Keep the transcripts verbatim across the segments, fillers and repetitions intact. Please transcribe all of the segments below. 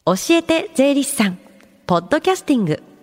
教えて税理士さんポッドキャスティング。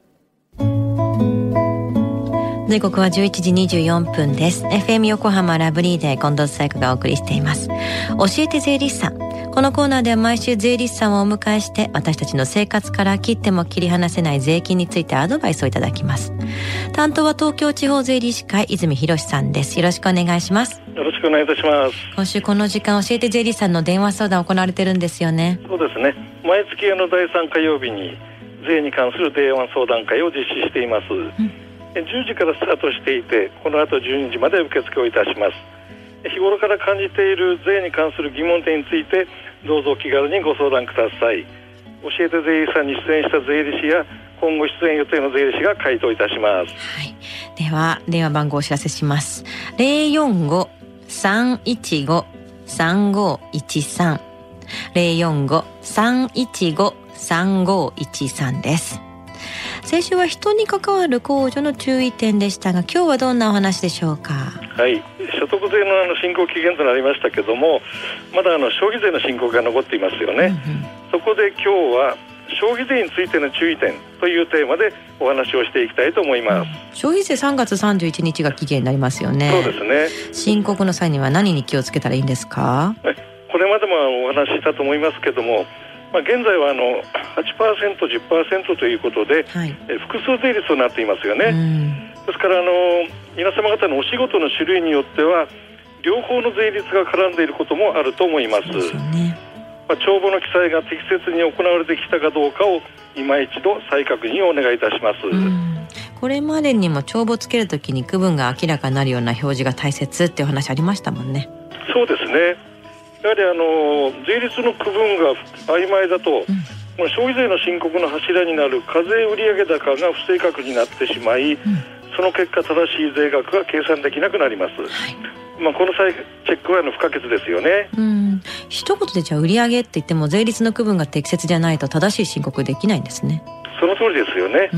時刻はじゅういちじにじゅうよんぷんです。 エフエム 横浜ラブリーで近藤紗友香がお送りしています。教えて税理士さん。このコーナーでは毎週税理士さんをお迎えして、私たちの生活から切っても切り離せない税金についてアドバイスをいただきます。担当は東京地方税理士会泉博さんです。よろしくお願いします。 よろしくお願いいたします。 今週この時間、教えて税理士さんの電話相談行われてるんですよね。 そうですね。毎月のだいさん火曜日に税に関する電話相談会を実施しています、うん、じゅうじからスタートしていて、この後じゅうにじまで受付をいたします。日頃から感じている税に関する疑問点についてどうぞお気軽にご相談ください。教えて税理士さんに出演した税理士や今後出演予定の税理士が回答いたします、 はい、では電話番号をお知らせします。 ゼロよんご さんいちご さんごいちさん ゼロよんご さんいちご さんごいちさんです。先週は人に関わる控除の注意点でしたが、今日はどんなお話でしょうか。 はい、所得税のあの申告期限となりましたけども、まだあの消費税の申告が残っていますよね、うんうん、そこで今日は消費税についての注意点というテーマでお話をしていきたいと思います、うん、 消費税さんがつさんじゅういちにちが期限になりますよね。 そうですね。 申告の際には何に気をつけたらいいんですか。 これまでもお話ししたと思いますけども、まあ、現在はあの はちパーセント、じゅっパーセント ということで、はい、え複数税率となっていますよね、うん、ですからあの皆様方のお仕事の種類によっては両方の税率が絡んでいることもあると思います。そうですよね。まあ、帳簿の記載が適切に行われてきたかどうかを今一度再確認をお願いいたします、うん、 これまでにも帳簿つけるときに区分が明らかになるような表示が大切っていう話ありましたもんね。 そうですね。やはりあの税率の区分が曖昧だと、うん、消費税の申告の柱になる課税売上高が不正確になってしまい、うん、その結果正しい税額が計算できなくなります、はい。まあ、この際チェックは不可欠ですよね。 うん、一言でじゃあ売上って言っても税率の区分が適切じゃないと正しい申告できないんですね。 その通りですよね、うん、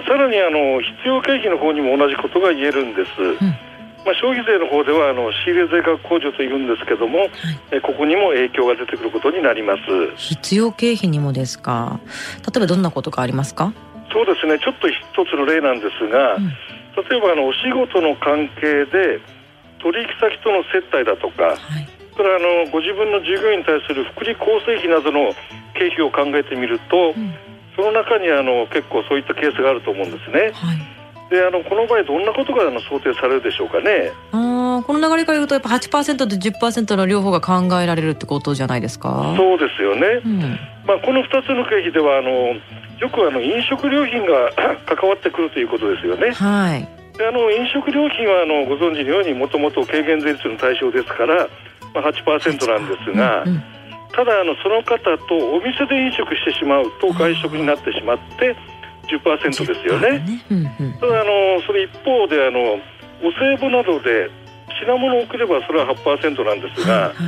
さらにあの必要経費の方にも同じことが言えるんです、うん。まあ、消費税の方ではあの仕入れ税額控除というんですけども、はい、えここにも影響が出てくることになります。 必要経費にもですか。例えばどんなことがありますか。 そうですね。ちょっと一つの例なんですが、うん、例えばあのお仕事の関係で取引先との接待だとか、はい、それからあのご自分の従業員に対する福利厚生費などの経費を考えてみると、うん、その中にあの結構そういったケースがあると思うんですね、はい。であのこの場合どんなことがあの想定されるでしょうかね。 あこの流れから言うとやっぱ はちパーセント と じゅっパーセント の両方が考えられるってことじゃないですか。 そうですよね、うん。まあ、このふたつの経費ではあのよくあの飲食料品が関わってくるということですよね、はい。であの飲食料品はあのご存知のようにもともと軽減税率の対象ですから、まあ、はちパーセント なんですが、うんうん、ただあのその方とお店で飲食してしまうと外食になってしまってじゅっパーセント ですよね、ね、うんうん、ただあのそれ一方であのお歳暮などで品物を送ればそれは はちパーセント なんですが、はいはい、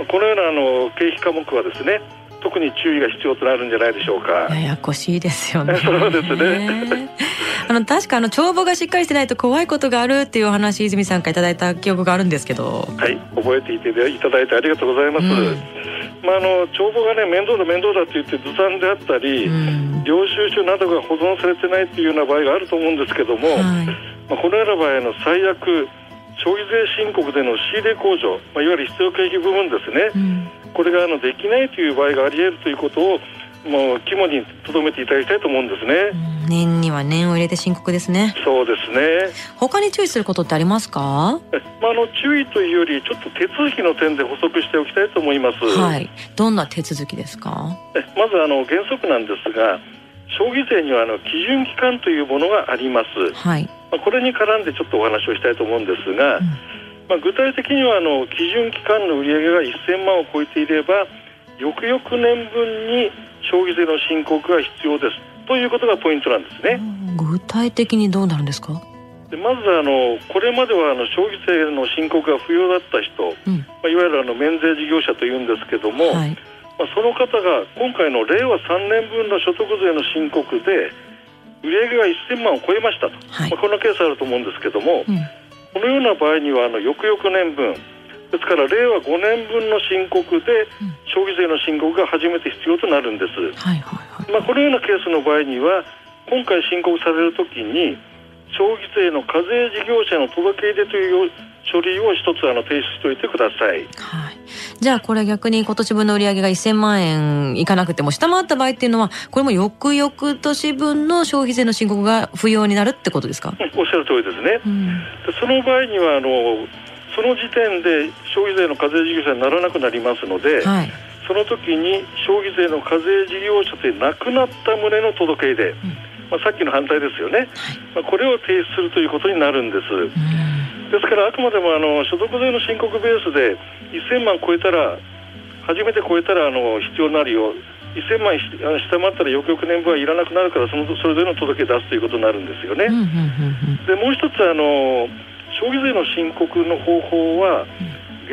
このようなあの経費科目はですね特に注意が必要となるんじゃないでしょうか。 ややこしいですよね。 そうですねあの確かあの帳簿がしっかりしてないと怖いことがあるっていうお話泉さんからいただいた記憶があるんですけど、 はい、覚えていていただいてありがとうございます、うん。まあ、あの帳簿がね面倒だ面倒だって言ってずさんであったり、うん、領収書などが保存されてないっていうような場合があると思うんですけども、はい、まあ、このような場合の最悪消費税申告での仕入れ控除、まあ、いわゆる必要経費部分ですね、うん、これがあのできないという場合があり得るということをもう肝に留めていただきたいと思うんですね、うん、 年には年を入れて申告ですね。 そうですね。 他に注意することってありますか。 まあ、あの注意というよりちょっと手続きの点で補足しておきたいと思います。 はい、どんな手続きですか。 まずあの原則なんですが消費税にはあの基準期間というものがあります、はい。まあ、これに絡んでちょっとお話をしたいと思うんですが、うん、まあ、具体的にはあの基準期間の売上がせんまんを超えていれば翌々年分に消費税の申告が必要ですということがポイントなんですね。 具体的にどうなるんですか。 でまずあのこれまではあの消費税の申告が不要だった人、うん、まあ、いわゆるあの免税事業者というんですけども、はい、まあ、その方が今回のれいわさんねんぶんの所得税の申告で売上がせんまんを超えましたと、はい、まあ、こんなケースあると思うんですけども、うん、このような場合にはあの翌々年分ですかられいわごねんぶんの申告で消費税の申告が初めて必要となるんです、はいはいはい。まあ、このようなケースの場合には今回申告されるときに消費税の課税事業者の届け出という書類を一つあの提出しておいてください、 はい。じゃあこれ逆に今年分の売上がせんまんえんいかなくても下回った場合っていうのはこれも翌々年分の消費税の申告が不要になるってことですか？ おっしゃる通りですね、うん、でその場合にはあのその時点で消費税の課税事業者にならなくなりますので、はい、その時に消費税の課税事業者でなくなった旨の届け出、うん、まあ、さっきの反対ですよね、はい、まあ、これを提出するということになるんです、うん、ですからあくまでもあの所得税の申告ベースでせんまん超えたら初めて超えたらあの必要になるよ、せんまん下回ったら翌々年分はいらなくなるからそのそれぞれの届け出すということになるんですよね、うんうんうんうん、でもう一つあの消費税の申告の方法は、うん、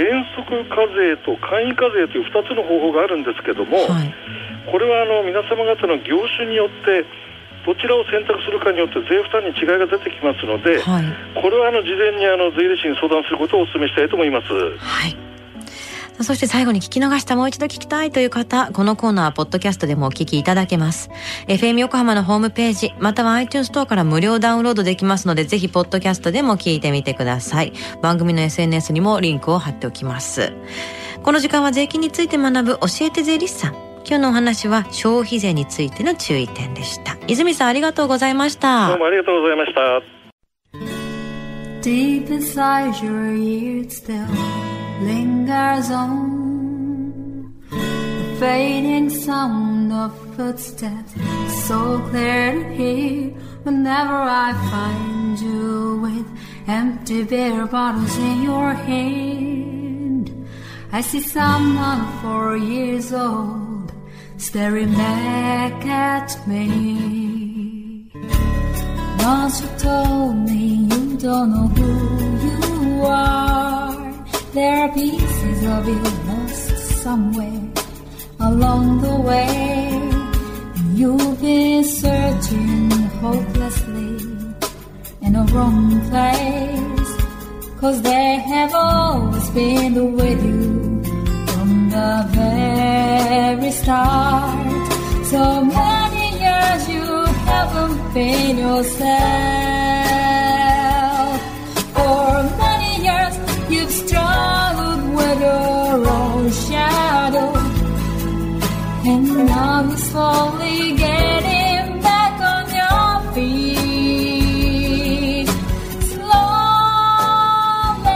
原則課税と簡易課税というふたつの方法があるんですけども、はい、これはあの皆様方の業種によってどちらを選択するかによって税負担に違いが出てきますので、はい、これはあの事前にあの税理士に相談することをお勧めしたいと思います。 はい。そして最後に聞き逃したもう一度聞きたいという方、このコーナーはポッドキャストでもお聞きいただけます。 エフエム 横浜のホームページまたは iTunes ストアから無料ダウンロードできますので、ぜひポッドキャストでも聞いてみてください。番組の エスエヌエス にもリンクを貼っておきます。この時間は税金について学ぶ教えて税理士さん。今日のお話は消費税についての注意点でした。泉さんありがとうございました。 どうもありがとうございました。 Deep inside your ears still lingers on the fading sound of footsteps, so clear to hear whenever I find you with empty beer bottles in your hand. I see someone four years old staring back at me. Once you told me you don't know who you are, there are pieces of you lost somewhere along the way. You've been searching hopelessly in a wrong place, 'cause they have always been with you from the very start. So many years you haven't been yourself. For many years you've struggled with your own shadow, and now you're slowly getting back on your feet. Slowly,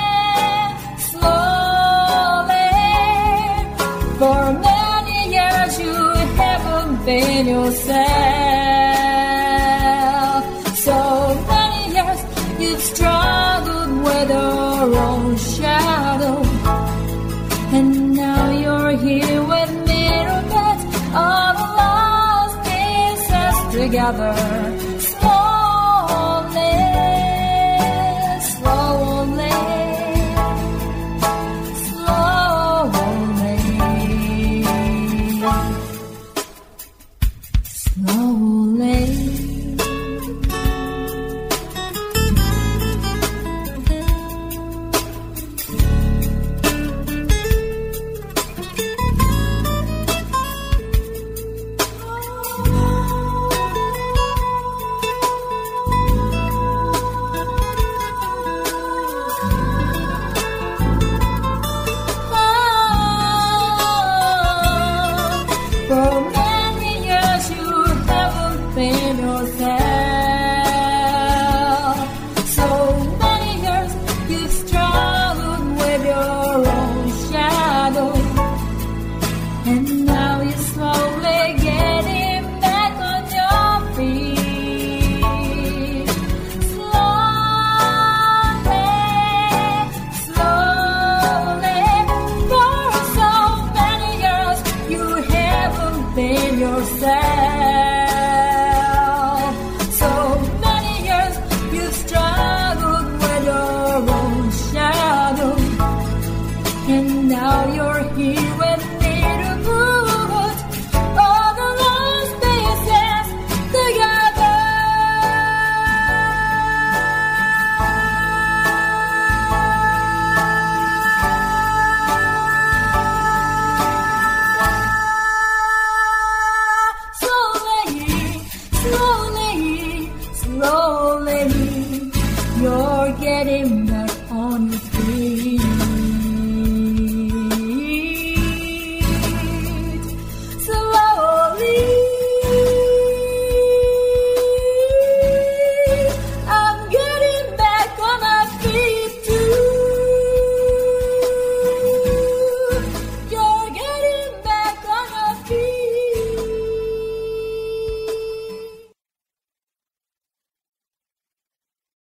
slowly. For many years you haven't been yourself. So many years you've struggled with your own shadow, and now you're here with me to get all the lost pieces together. Slowly, slowly, slowly, slowly. Yourself.